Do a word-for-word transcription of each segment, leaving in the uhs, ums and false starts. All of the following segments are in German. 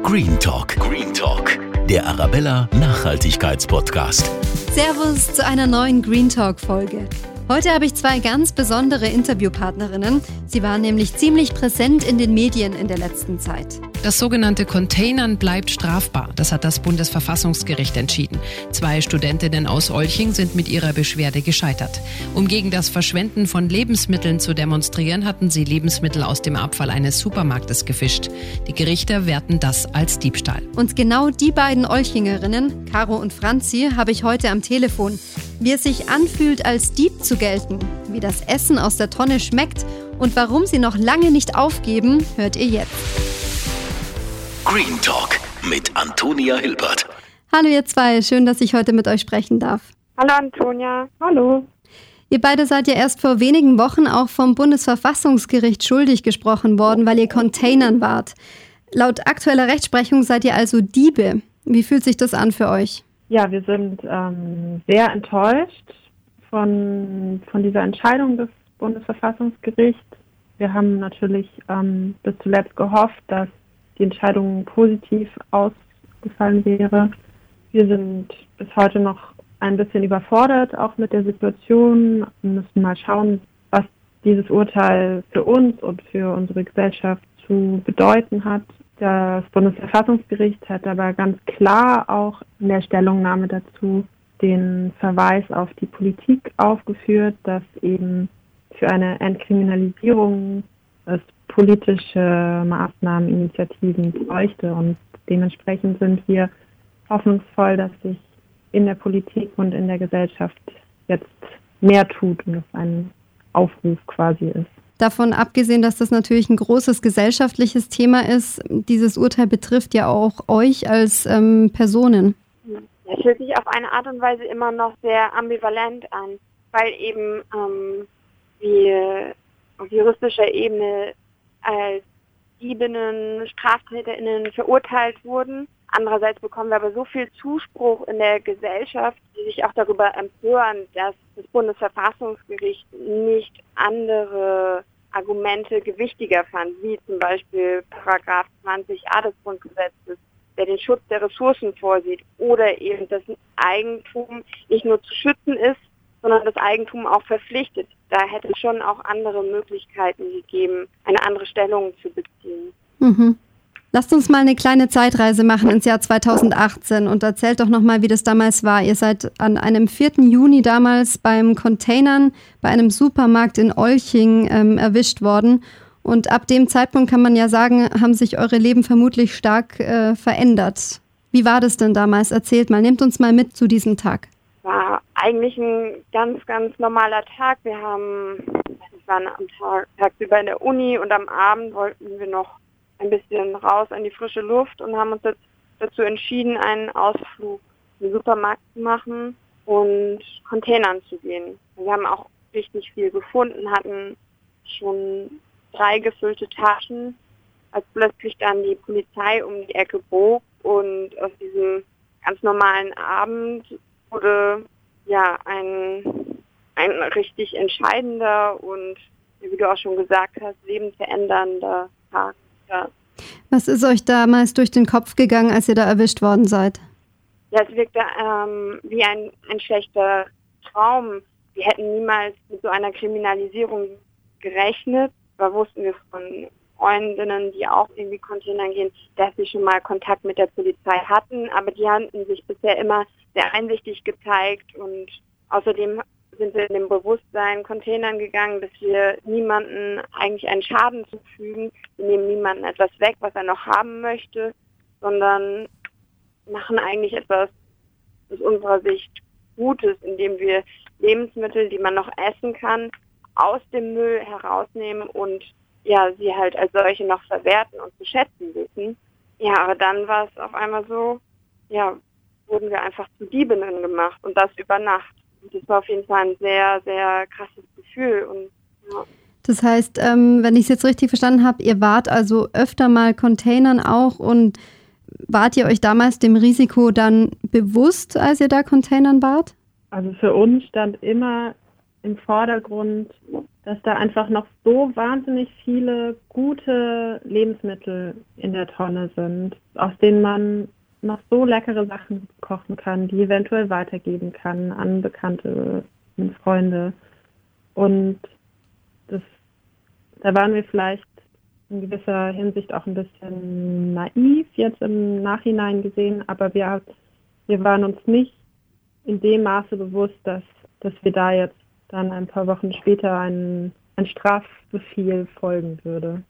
Green Talk. Green Talk, der Arabella Nachhaltigkeitspodcast. Servus zu einer neuen Green Talk Folge. Heute habe ich zwei ganz besondere Interviewpartnerinnen. Sie waren nämlich ziemlich präsent in den Medien in der letzten Zeit. Das sogenannte Containern bleibt strafbar. Das hat das Bundesverfassungsgericht entschieden. Zwei Studentinnen aus Olching sind mit ihrer Beschwerde gescheitert. Um gegen das Verschwenden von Lebensmitteln zu demonstrieren, hatten sie Lebensmittel aus dem Abfall eines Supermarktes gefischt. Die Gerichte werten das als Diebstahl. Und genau die beiden Olchingerinnen, Caro und Franzi, habe ich heute am Telefon. Wie es sich anfühlt, als Dieb zu gelten, wie das Essen aus der Tonne schmeckt und warum sie noch lange nicht aufgeben, hört ihr jetzt. Green Talk mit Antonia Hilbert. Hallo ihr zwei, schön, dass ich heute mit euch sprechen darf. Hallo Antonia. Hallo. Ihr beide seid ja erst vor wenigen Wochen auch vom Bundesverfassungsgericht schuldig gesprochen worden, weil ihr Containern wart. Laut aktueller Rechtsprechung seid ihr also Diebe. Wie fühlt sich das an für euch? Ja, wir sind ähm, sehr enttäuscht von, von dieser Entscheidung des Bundesverfassungsgerichts. Wir haben natürlich ähm, bis zuletzt gehofft, dass die Entscheidung positiv ausgefallen wäre. Wir sind bis heute noch ein bisschen überfordert, auch mit der Situation. Wir müssen mal schauen, was dieses Urteil für uns und für unsere Gesellschaft zu bedeuten hat. Das Bundesverfassungsgericht hat aber ganz klar auch in der Stellungnahme dazu den Verweis auf die Politik aufgeführt, dass eben für eine Entkriminalisierung es politische Maßnahmen, Initiativen bräuchte. Und dementsprechend sind wir hoffnungsvoll, dass sich in der Politik und in der Gesellschaft jetzt mehr tut und es ein Aufruf quasi ist. Davon abgesehen, dass das natürlich ein großes gesellschaftliches Thema ist, dieses Urteil betrifft ja auch euch als ähm, Personen. Es fühlt sich auf eine Art und Weise immer noch sehr ambivalent an, weil eben ähm, wir auf juristischer Ebene als Diebinnen, StraftäterInnen verurteilt wurden. Andererseits bekommen wir aber so viel Zuspruch in der Gesellschaft, die sich auch darüber empören, dass das Bundesverfassungsgericht nicht andere Argumente gewichtiger fand, wie zum Beispiel Paragraph zwanzig a des Grundgesetzes, der den Schutz der Ressourcen vorsieht, oder eben, dass Eigentum nicht nur zu schützen ist, sondern das Eigentum auch verpflichtet. Da hätte es schon auch andere Möglichkeiten gegeben, eine andere Stellung zu beziehen. Mhm. Lasst uns mal eine kleine Zeitreise machen ins Jahr zweitausendachtzehn und erzählt doch nochmal, wie das damals war. Ihr seid an einem vierten Juni damals beim Containern bei einem Supermarkt in Olching ähm, erwischt worden. Und ab dem Zeitpunkt kann man ja sagen, haben sich eure Leben vermutlich stark äh, verändert. Wie war das denn damals? Erzählt mal, nehmt uns mal mit zu diesem Tag. War eigentlich ein ganz, ganz normaler Tag. Wir haben, wir waren am Tag tagsüber in der Uni und am Abend wollten wir noch ein bisschen raus an die frische Luft und haben uns jetzt dazu entschieden, einen Ausflug in den Supermarkt zu machen und Containern zu gehen. Wir haben auch richtig viel gefunden, hatten schon drei gefüllte Taschen, als plötzlich dann die Polizei um die Ecke bog und aus diesem ganz normalen Abend wurde ja ein, ein richtig entscheidender und, wie du auch schon gesagt hast, lebensverändernder Tag. Ja. Was ist euch damals durch den Kopf gegangen, als ihr da erwischt worden seid? Ja, es wirkte ähm, wie ein, ein schlechter Traum. Wir hätten niemals mit so einer Kriminalisierung gerechnet. Da wussten wir von Freundinnen, die auch irgendwie Containern gehen, dass sie schon mal Kontakt mit der Polizei hatten. Aber die hatten sich bisher immer sehr einsichtig gezeigt und außerdem sind wir in dem Bewusstsein Containern gegangen, dass wir niemanden eigentlich einen Schaden zufügen. Wir nehmen niemanden etwas weg, was er noch haben möchte, sondern machen eigentlich etwas aus unserer Sicht Gutes, indem wir Lebensmittel, die man noch essen kann, aus dem Müll herausnehmen und ja, sie halt als solche noch verwerten und zu schätzen wissen. Ja, aber dann war es auf einmal so, ja, wurden wir einfach zu Diebinnen gemacht und das über Nacht. Und das war auf jeden Fall ein sehr, sehr krasses Gefühl. Und, ja. Das heißt, ähm, wenn ich es jetzt richtig verstanden habe, ihr wart also öfter mal Containern auch und wart ihr euch damals dem Risiko dann bewusst, als ihr da Containern wart? Also für uns stand immer im Vordergrund, dass da einfach noch so wahnsinnig viele gute Lebensmittel in der Tonne sind, aus denen man noch so leckere Sachen kochen kann, die eventuell weitergeben kann an Bekannte und Freunde. Und das, da waren wir vielleicht in gewisser Hinsicht auch ein bisschen naiv jetzt im Nachhinein gesehen, aber wir, wir waren uns nicht in dem Maße bewusst, dass, dass wir da jetzt dann ein paar Wochen später ein, ein Strafbefehl folgen würde.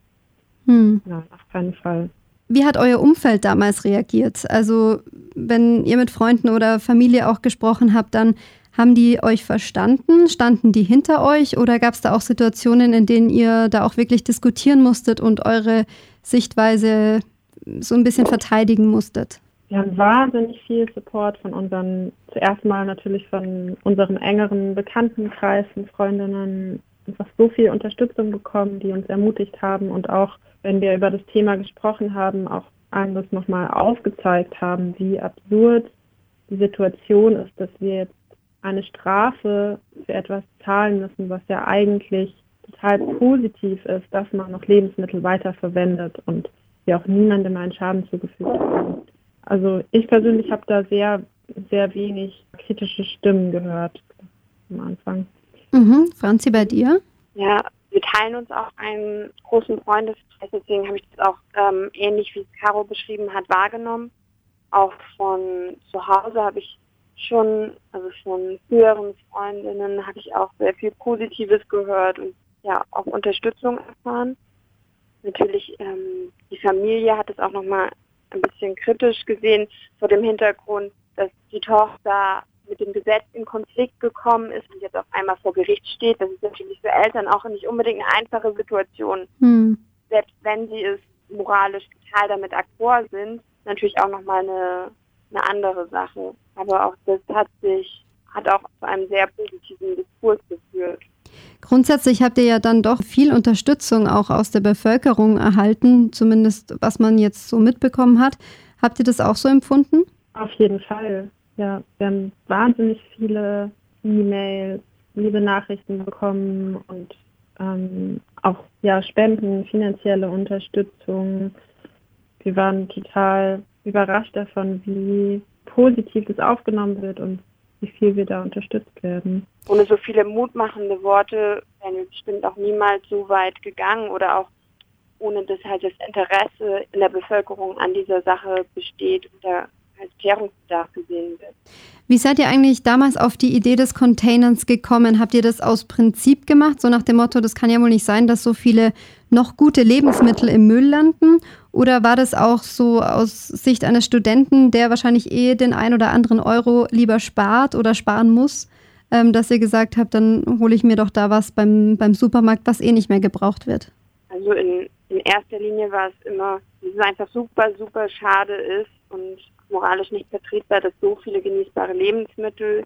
Hm. Ja, auf keinen Fall. Wie hat euer Umfeld damals reagiert? Also wenn ihr mit Freunden oder Familie auch gesprochen habt, dann haben die euch verstanden? Standen die hinter euch? Oder gab es da auch Situationen, in denen ihr da auch wirklich diskutieren musstet und eure Sichtweise so ein bisschen verteidigen musstet? Wir haben wahnsinnig viel Support von unseren, zuerst mal natürlich von unserem engeren Bekanntenkreis und Freundinnen, einfach so viel Unterstützung bekommen, die uns ermutigt haben und auch, wenn wir über das Thema gesprochen haben, auch einem das nochmal aufgezeigt haben, wie absurd die Situation ist, dass wir jetzt eine Strafe für etwas zahlen müssen, was ja eigentlich total positiv ist, dass man noch Lebensmittel weiterverwendet und wir auch niemandem einen Schaden zugefügt haben. Also ich persönlich habe da sehr, sehr wenig kritische Stimmen gehört am Anfang. Mhm. Franzi, bei dir? Ja, wir teilen uns auch einen großen Freundeskreis, deswegen habe ich das auch ähm, ähnlich wie es Caro beschrieben hat, wahrgenommen. Auch von zu Hause habe ich schon, also von früheren Freundinnen habe ich auch sehr viel Positives gehört und ja, auch Unterstützung erfahren. Natürlich, ähm, die Familie hat es auch nochmal ein bisschen kritisch gesehen, vor dem Hintergrund, dass die Tochter mit dem Gesetz in Konflikt gekommen ist und jetzt auf einmal vor Gericht steht. Das ist natürlich für Eltern auch nicht unbedingt eine einfache Situation. Hm. Selbst wenn sie es moralisch total damit d'accord sind, natürlich auch nochmal eine, eine andere Sache. Aber auch das hat sich, hat auch zu einem sehr positiven Diskurs geführt. Grundsätzlich habt ihr ja dann doch viel Unterstützung auch aus der Bevölkerung erhalten, zumindest was man jetzt so mitbekommen hat. Habt ihr das auch so empfunden? Auf jeden Fall. Ja, wir haben wahnsinnig viele E-Mails, liebe Nachrichten bekommen und ähm, auch ja, Spenden, finanzielle Unterstützung. Wir waren total überrascht davon, wie positiv das aufgenommen wird und wie viel wir da unterstützt werden. Ohne so viele mutmachende Worte wären wir bestimmt auch niemals so weit gegangen oder auch ohne dass halt das Interesse in der Bevölkerung an dieser Sache besteht und da als Klärungsbedarf gesehen wird. Wie seid ihr eigentlich damals auf die Idee des Containers gekommen? Habt ihr das aus Prinzip gemacht, so nach dem Motto, das kann ja wohl nicht sein, dass so viele noch gute Lebensmittel im Müll landen? Oder war das auch so aus Sicht eines Studenten, der wahrscheinlich eh den ein oder anderen Euro lieber spart oder sparen muss, ähm, dass ihr gesagt habt, dann hole ich mir doch da was beim, beim Supermarkt, was eh nicht mehr gebraucht wird? Also in, in erster Linie war es immer, dass es einfach super, super schade ist und moralisch nicht vertretbar, dass so viele genießbare Lebensmittel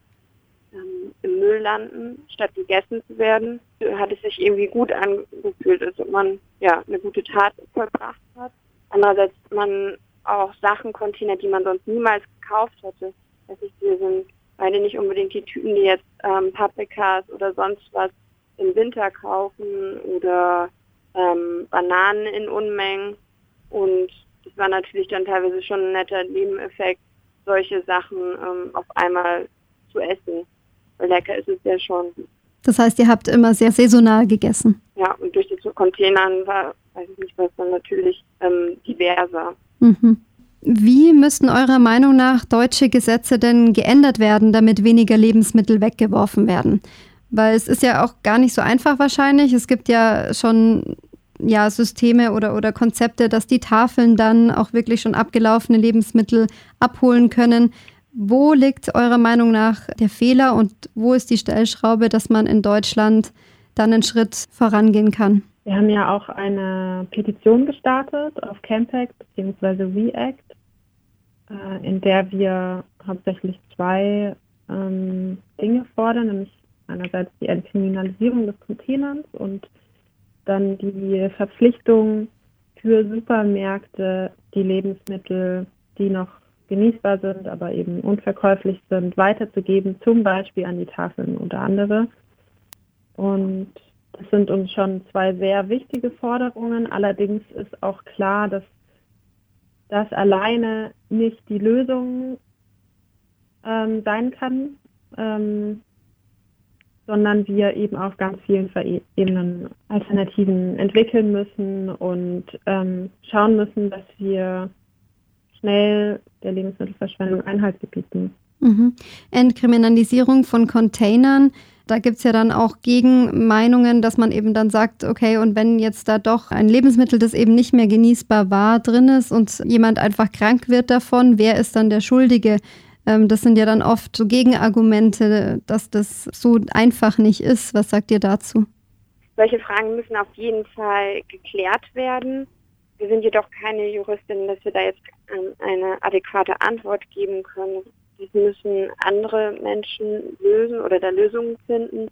ähm, im Müll landen, statt gegessen zu werden. Hat es sich irgendwie gut angefühlt, als ob man ja eine gute Tat vollbracht hat. Andererseits hat man auch Sachen Container, die man sonst niemals gekauft hätte. Das ist, wir sind beide nicht unbedingt die Typen, die jetzt ähm, Paprikas oder sonst was im Winter kaufen oder ähm, Bananen in Unmengen. Und das war natürlich dann teilweise schon ein netter Nebeneffekt, solche Sachen ähm, auf einmal zu essen. Weil lecker ist es ja schon. Das heißt, ihr habt immer sehr saisonal gegessen? Ja, und durch die Containern war, weiß ich nicht, was dann natürlich ähm, diverser. Mhm. Wie müssten eurer Meinung nach deutsche Gesetze denn geändert werden, damit weniger Lebensmittel weggeworfen werden? Weil es ist ja auch gar nicht so einfach wahrscheinlich. Es gibt ja schon ja, Systeme oder, oder Konzepte, dass die Tafeln dann auch wirklich schon abgelaufene Lebensmittel abholen können. Wo liegt eurer Meinung nach der Fehler und wo ist die Stellschraube, dass man in Deutschland dann einen Schritt vorangehen kann? Wir haben ja auch eine Petition gestartet auf Campact bzw. React, äh, in der wir hauptsächlich zwei ähm, Dinge fordern, nämlich einerseits die Entkriminalisierung des Containers und dann die Verpflichtung für Supermärkte, die Lebensmittel, die noch genießbar sind, aber eben unverkäuflich sind, weiterzugeben, zum Beispiel an die Tafeln oder andere. Und das sind uns schon zwei sehr wichtige Forderungen. Allerdings ist auch klar, dass das alleine nicht die Lösung ähm, sein kann, ähm, sondern wir eben auf ganz vielen Ebenen Alternativen entwickeln müssen und ähm, schauen müssen, dass wir schnell der Lebensmittelverschwendung Einhalt gebieten. Mhm. Entkriminalisierung von Containern. Da gibt es ja dann auch Gegenmeinungen, dass man eben dann sagt, okay, und wenn jetzt da doch ein Lebensmittel, das eben nicht mehr genießbar war, drin ist und jemand einfach krank wird davon, wer ist dann der Schuldige? Ähm, das sind ja dann oft so Gegenargumente, dass das so einfach nicht ist. Was sagt ihr dazu? Solche Fragen müssen auf jeden Fall geklärt werden. Wir sind jedoch keine Juristinnen, dass wir da jetzt eine adäquate Antwort geben können. Das müssen andere Menschen lösen oder da Lösungen finden.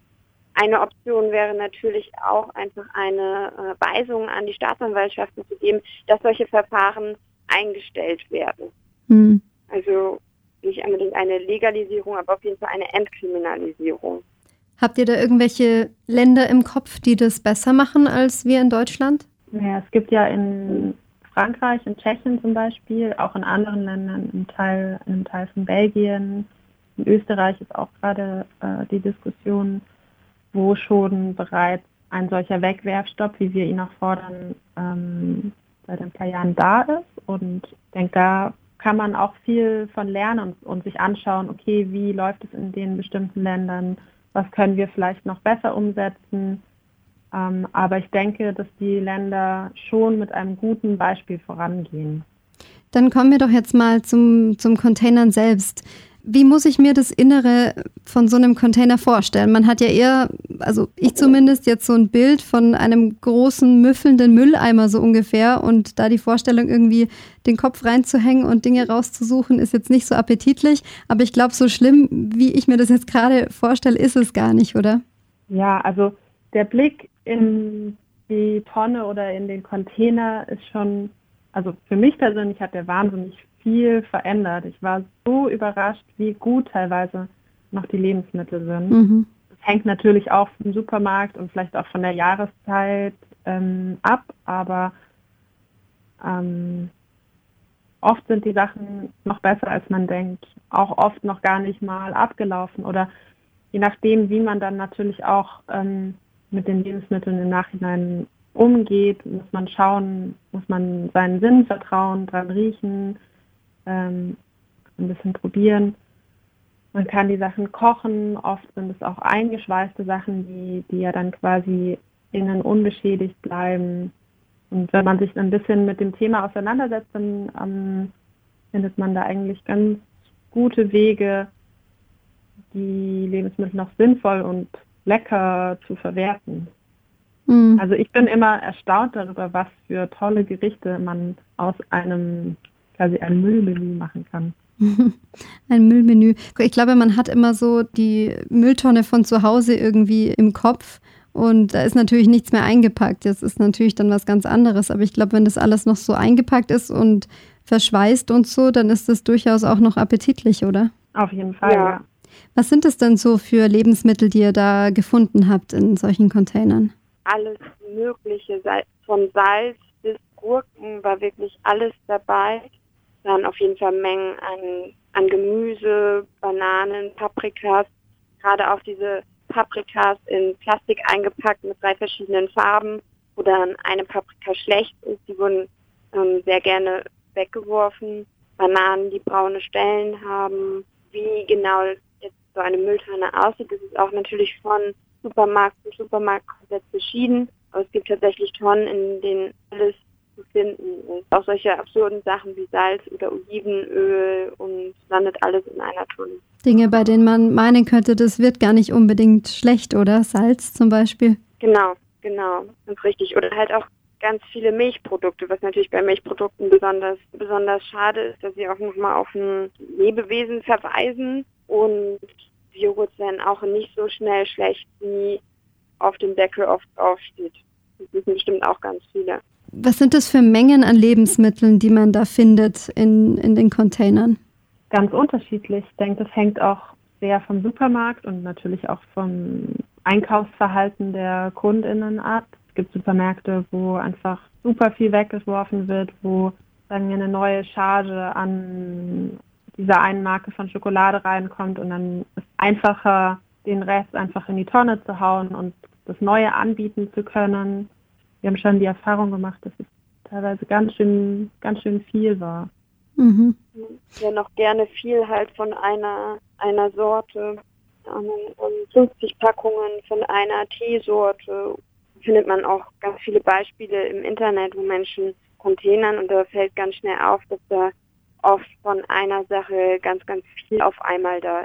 Eine Option wäre natürlich auch einfach eine äh, Weisung an die Staatsanwaltschaften zu geben, dass solche Verfahren eingestellt werden. Hm. Also nicht unbedingt eine Legalisierung, aber auf jeden Fall eine Entkriminalisierung. Habt ihr da irgendwelche Länder im Kopf, die das besser machen als wir in Deutschland? Ja, es gibt ja in Frankreich, in Tschechien zum Beispiel, auch in anderen Ländern, im Teil, in einem Teil von Belgien, in Österreich ist auch gerade äh, die Diskussion, wo schon bereits ein solcher Wegwerfstopp, wie wir ihn auch fordern, ähm, seit ein paar Jahren da ist. Und ich denke, da kann man auch viel von lernen und, und sich anschauen, okay, wie läuft es in den bestimmten Ländern, was können wir vielleicht noch besser umsetzen. Ähm, aber ich denke, dass die Länder schon mit einem guten Beispiel vorangehen. Dann kommen wir doch jetzt mal zum, zum Containern selbst. Wie muss ich mir das Innere von so einem Container vorstellen? Man hat ja eher, also ich zumindest, jetzt so ein Bild von einem großen, müffelnden Mülleimer so ungefähr. Und da die Vorstellung, irgendwie den Kopf reinzuhängen und Dinge rauszusuchen, ist jetzt nicht so appetitlich. Aber ich glaube, so schlimm, wie ich mir das jetzt gerade vorstelle, ist es gar nicht, oder? Ja, also der Blick in die Tonne oder in den Container ist schon, also für mich persönlich hat der wahnsinnig viel verändert. Ich war so überrascht, wie gut teilweise noch die Lebensmittel sind. Mhm. Das hängt natürlich auch vom Supermarkt und vielleicht auch von der Jahreszeit ähm, ab, aber ähm, oft sind die Sachen noch besser, als man denkt. Auch oft noch gar nicht mal abgelaufen oder je nachdem, wie man dann natürlich auch ähm, mit den Lebensmitteln im Nachhinein umgeht, muss man schauen, muss man seinen Sinn vertrauen, dran riechen, ähm, ein bisschen probieren. Man kann die Sachen kochen, oft sind es auch eingeschweißte Sachen, die, die ja dann quasi innen unbeschädigt bleiben. Und wenn man sich ein bisschen mit dem Thema auseinandersetzt, dann ähm, findet man da eigentlich ganz gute Wege, die Lebensmittel noch sinnvoll und lecker zu verwerten. Mhm. Also ich bin immer erstaunt darüber, was für tolle Gerichte man aus einem quasi ein Müllmenü machen kann. Ein Müllmenü. Ich glaube, man hat immer so die Mülltonne von zu Hause irgendwie im Kopf und da ist natürlich nichts mehr eingepackt. Das ist natürlich dann was ganz anderes, aber ich glaube, wenn das alles noch so eingepackt ist und verschweißt und so, dann ist das durchaus auch noch appetitlich, oder? Auf jeden Fall, ja. ja. Was sind es denn so für Lebensmittel, die ihr da gefunden habt in solchen Containern? Alles Mögliche, von Salz bis Gurken war wirklich alles dabei. Dann auf jeden Fall Mengen an, an Gemüse, Bananen, Paprikas, gerade auch diese Paprikas in Plastik eingepackt mit drei verschiedenen Farben, wo dann eine Paprika schlecht ist, die wurden ähm, sehr gerne weggeworfen. Bananen, die braune Stellen haben. Wie genau jetzt so eine Mülltonne aussieht, das ist auch natürlich von Supermarkt zu Supermarkt komplett verschieden. Aber es gibt tatsächlich Tonnen, in denen alles zu finden ist. Auch solche absurden Sachen wie Salz oder Olivenöl und landet alles in einer Tonne. Dinge, bei denen man meinen könnte, das wird gar nicht unbedingt schlecht, oder? Salz zum Beispiel. Genau, genau. Ganz richtig. Oder halt auch ganz viele Milchprodukte, was natürlich bei Milchprodukten besonders besonders schade ist, dass sie auch nochmal auf ein Lebewesen verweisen. Und Joghurt werden auch nicht so schnell schlecht, wie auf dem Deckel oft draufsteht. Das wissen bestimmt auch ganz viele. Was sind das für Mengen an Lebensmitteln, die man da findet in, in den Containern? Ganz unterschiedlich. Ich denke, das hängt auch sehr vom Supermarkt und natürlich auch vom Einkaufsverhalten der KundInnen ab. Es gibt Supermärkte, wo einfach super viel weggeworfen wird, wo, sagen wir, eine neue Charge an dieser einen Marke von Schokolade reinkommt und dann ist es einfacher, den Rest einfach in die Tonne zu hauen und das Neue anbieten zu können. Wir haben schon die Erfahrung gemacht, dass es teilweise ganz schön, ganz schön viel war. Mhm. Ja, noch gerne viel halt von einer, einer Sorte. fünfzig Packungen von einer Teesorte. Findet man auch ganz viele Beispiele im Internet, wo Menschen Containern, und da fällt ganz schnell auf, dass da oft von einer Sache ganz, ganz viel auf einmal da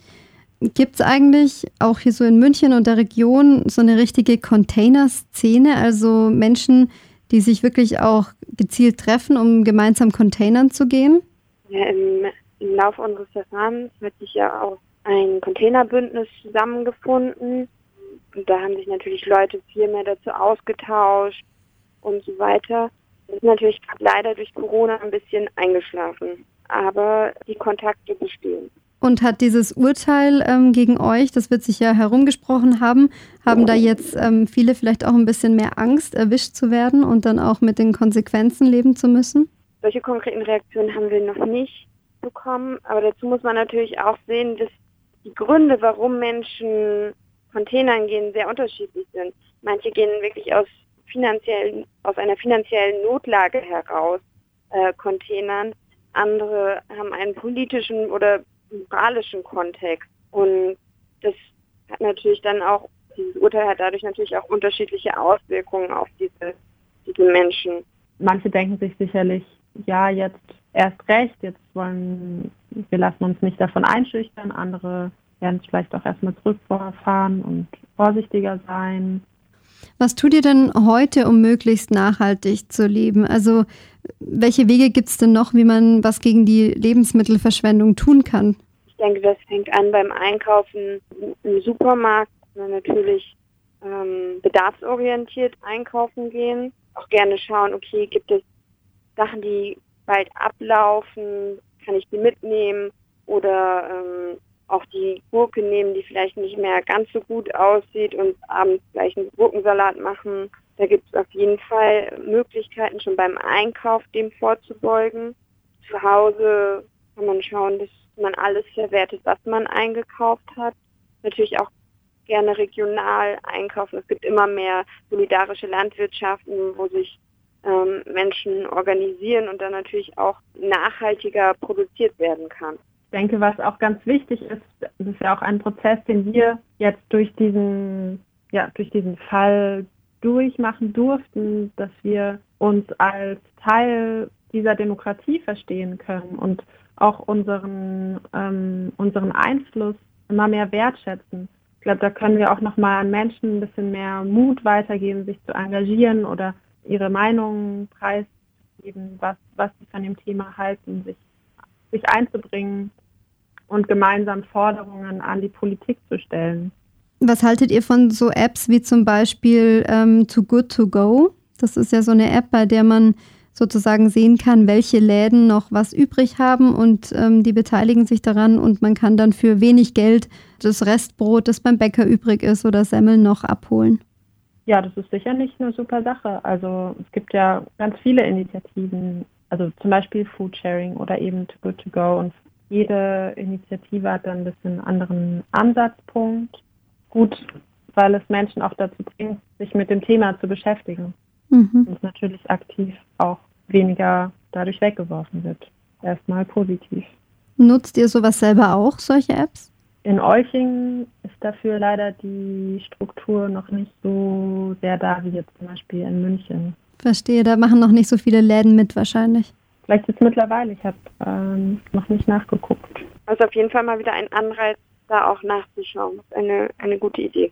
ist. Gibt es eigentlich auch hier so in München und der Region so eine richtige Container-Szene, also Menschen, die sich wirklich auch gezielt treffen, um gemeinsam Containern zu gehen? Ja, im, im Laufe unseres Verfahrens wird sich ja auch ein Containerbündnis zusammengefunden. Und da haben sich natürlich Leute viel mehr dazu ausgetauscht und so weiter. Das ist natürlich leider durch Corona ein bisschen eingeschlafen. Aber die Kontakte bestehen. Und hat dieses Urteil ähm, gegen euch, das wird sich ja herumgesprochen haben, haben da jetzt ähm, viele vielleicht auch ein bisschen mehr Angst, erwischt zu werden und dann auch mit den Konsequenzen leben zu müssen? Solche konkreten Reaktionen haben wir noch nicht bekommen. Aber dazu muss man natürlich auch sehen, dass die Gründe, warum Menschen Containern gehen, sehr unterschiedlich sind. Manche gehen wirklich aus finanziellen, aus einer finanziellen Notlage heraus äh, Containern. Andere haben einen politischen oder moralischen Kontext. Und das hat natürlich dann auch, dieses Urteil hat dadurch natürlich auch unterschiedliche Auswirkungen auf diese, diese Menschen. Manche denken sich sicherlich, ja, jetzt erst recht, jetzt wollen, wir lassen uns nicht davon einschüchtern. Andere werden es vielleicht auch erstmal zurückfahren und vorsichtiger sein. Was tut ihr denn heute, um möglichst nachhaltig zu leben? Also welche Wege gibt es denn noch, wie man was gegen die Lebensmittelverschwendung tun kann? Ich denke, das fängt an beim Einkaufen im Supermarkt. Natürlich ähm, bedarfsorientiert einkaufen gehen. Auch gerne schauen, okay, gibt es Sachen, die bald ablaufen, kann ich die mitnehmen? Oder ähm, auch die Gurke nehmen, die vielleicht nicht mehr ganz so gut aussieht und abends gleich einen Gurkensalat machen. Da gibt es auf jeden Fall Möglichkeiten, schon beim Einkauf dem vorzubeugen. Zu Hause kann man schauen, dass man alles verwertet, was man eingekauft hat. Natürlich auch gerne regional einkaufen. Es gibt immer mehr solidarische Landwirtschaften, wo sich ähm, Menschen organisieren und dann natürlich auch nachhaltiger produziert werden kann. Ich denke, was auch ganz wichtig ist, das ist ja auch ein Prozess, den wir jetzt durch diesen, ja, durch diesen Fall durchmachen durften, dass wir uns als Teil dieser Demokratie verstehen können und auch unseren, ähm, unseren Einfluss immer mehr wertschätzen. Ich glaube, da können wir auch nochmal an Menschen ein bisschen mehr Mut weitergeben, sich zu engagieren oder ihre Meinungen preisgeben, was, was sie von dem Thema halten, sich, sich einzubringen und gemeinsam Forderungen an die Politik zu stellen. Was haltet ihr von so Apps wie zum Beispiel ähm, Too Good To Go? Das ist ja so eine App, bei der man sozusagen sehen kann, welche Läden noch was übrig haben und ähm, die beteiligen sich daran und man kann dann für wenig Geld das Restbrot, das beim Bäcker übrig ist, oder Semmeln noch abholen. Ja, das ist sicher nicht eine super Sache. Also es gibt ja ganz viele Initiativen, also zum Beispiel Foodsharing oder eben Too Good To Go, und jede Initiative hat dann ein bisschen einen anderen Ansatzpunkt. Gut, weil es Menschen auch dazu bringt, sich mit dem Thema zu beschäftigen. Mhm. Und natürlich aktiv auch weniger dadurch weggeworfen wird. Erstmal positiv. Nutzt ihr sowas selber auch, solche Apps? In Olching ist dafür leider die Struktur noch nicht so sehr da wie jetzt zum Beispiel in München. Verstehe, da machen noch nicht so viele Läden mit wahrscheinlich. Vielleicht jetzt mittlerweile, ich habe ähm, noch nicht nachgeguckt. Also auf jeden Fall mal wieder ein Anreiz, da auch nachzuschauen. Das ist eine, eine gute Idee.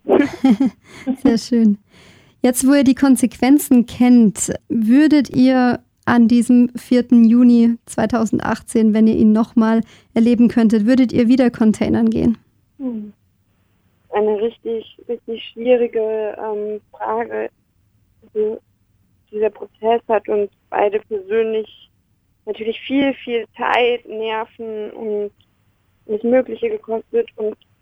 Sehr schön. Jetzt, wo ihr die Konsequenzen kennt, würdet ihr an diesem vierten Juni zweitausendachtzehn, wenn ihr ihn nochmal erleben könntet, würdet ihr wieder Containern gehen? Hm. Eine richtig, richtig schwierige ähm, Frage. Also, dieser Prozess hat uns beide persönlich natürlich viel, viel Zeit, Nerven und das Mögliche gekostet. Und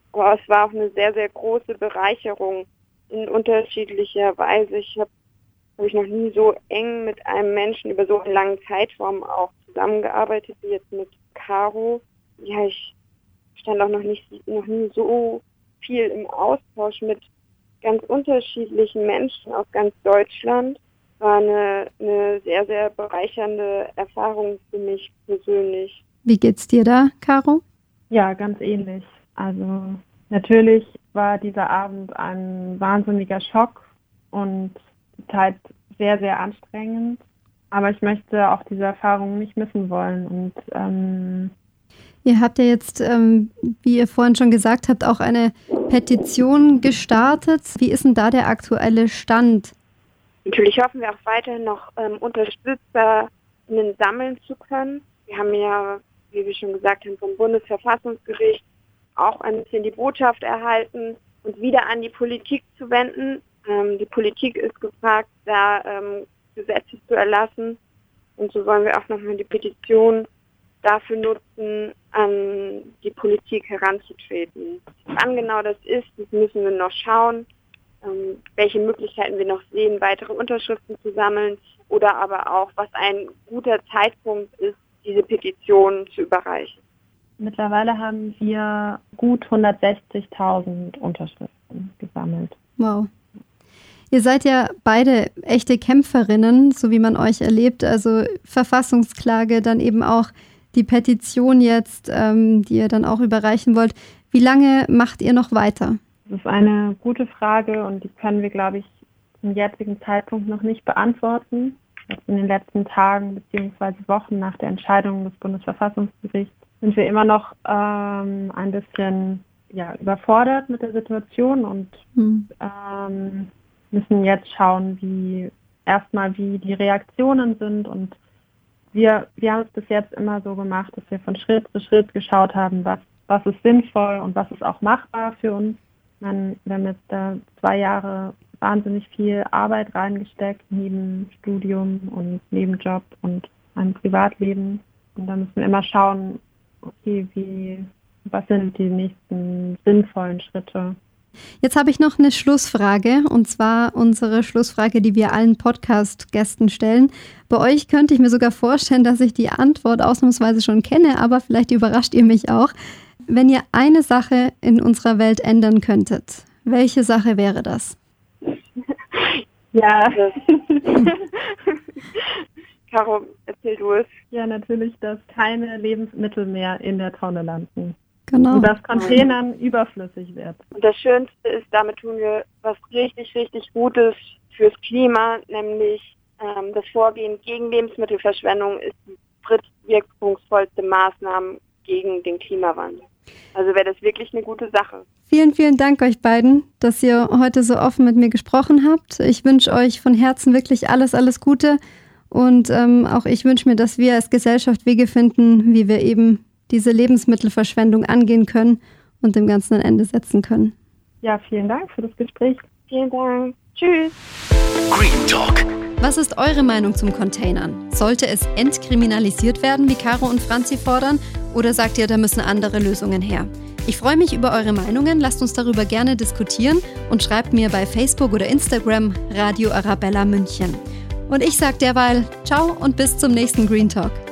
Aber es war auch eine sehr, sehr große Bereicherung in unterschiedlicher Weise. Ich habe, habe ich noch nie so eng mit einem Menschen über so einen langen Zeitraum auch zusammengearbeitet wie jetzt mit Caro. Ja, ich stand auch noch nicht, noch nie so viel im Austausch mit ganz unterschiedlichen Menschen aus ganz Deutschland. War eine, eine sehr, sehr bereichernde Erfahrung für mich persönlich. Wie geht's dir da, Caro? Ja, ganz ähnlich. Also natürlich war dieser Abend ein wahnsinniger Schock und die Zeit sehr, sehr anstrengend. Aber ich möchte auch diese Erfahrung nicht missen wollen. Und ähm, ihr habt ja jetzt, ähm, wie ihr vorhin schon gesagt habt, auch eine Petition gestartet. Wie ist denn da der aktuelle Stand? Natürlich hoffen wir auch weiterhin noch ähm, UnterstützerInnen sammeln zu können. Wir haben ja, wie wir schon gesagt haben, vom Bundesverfassungsgericht auch ein bisschen die Botschaft erhalten, uns wieder an die Politik zu wenden. Ähm, die Politik ist gefragt, da ähm, Gesetze zu erlassen. Und so wollen wir auch nochmal die Petition dafür nutzen, an die Politik heranzutreten. Wann genau das ist, das müssen wir noch schauen, ähm, welche Möglichkeiten wir noch sehen, weitere Unterschriften zu sammeln oder aber auch, was ein guter Zeitpunkt ist, diese Petition zu überreichen. Mittlerweile haben wir gut hundertsechzigtausend Unterschriften gesammelt. Wow. Ihr seid ja beide echte Kämpferinnen, so wie man euch erlebt. Also Verfassungsklage, dann eben auch die Petition jetzt, ähm, die ihr dann auch überreichen wollt. Wie lange macht ihr noch weiter? Das ist eine gute Frage und die können wir, glaube ich, zum jetzigen Zeitpunkt noch nicht beantworten. Jetzt in den letzten Tagen bzw. Wochen nach der Entscheidung des Bundesverfassungsgerichts sind wir immer noch ähm, ein bisschen ja, überfordert mit der Situation und hm. ähm, müssen jetzt schauen, wie erstmal wie die Reaktionen sind. Und wir, wir haben es bis jetzt immer so gemacht, dass wir von Schritt zu Schritt geschaut haben, was, was ist sinnvoll und was ist auch machbar für uns. Man, wir haben jetzt da zwei Jahre wahnsinnig viel Arbeit reingesteckt, neben Studium und Nebenjob und einem Privatleben. Und da müssen wir immer schauen, okay, wie, was sind die nächsten sinnvollen Schritte. Jetzt habe ich noch eine Schlussfrage, und zwar unsere Schlussfrage, die wir allen Podcast-Gästen stellen. Bei euch könnte ich mir sogar vorstellen, dass ich die Antwort ausnahmsweise schon kenne, aber vielleicht überrascht ihr mich auch. Wenn ihr eine Sache in unserer Welt ändern könntet, welche Sache wäre das? Ja, Caro, erzähl du es. Ja, natürlich, dass keine Lebensmittel mehr in der Tonne landen. Genau. Und dass Containern mhm. überflüssig wird. Und das Schönste ist, damit tun wir was richtig, richtig Gutes fürs Klima, nämlich ähm, das Vorgehen gegen Lebensmittelverschwendung ist die drittwirkungsvollste Maßnahme gegen den Klimawandel. Also wäre das wirklich eine gute Sache. Vielen, vielen Dank euch beiden, dass ihr heute so offen mit mir gesprochen habt. Ich wünsche euch von Herzen wirklich alles, alles Gute. Und ähm, auch ich wünsche mir, dass wir als Gesellschaft Wege finden, wie wir eben diese Lebensmittelverschwendung angehen können und dem Ganzen ein Ende setzen können. Ja, vielen Dank für das Gespräch. Vielen Dank. Tschüss. Green Talk. Was ist eure Meinung zum Containern? Sollte es entkriminalisiert werden, wie Caro und Franzi fordern? Oder sagt ihr, da müssen andere Lösungen her? Ich freue mich über eure Meinungen. Lasst uns darüber gerne diskutieren und schreibt mir bei Facebook oder Instagram Radio Arabella München. Und ich sage derweil ciao und bis zum nächsten Green Talk.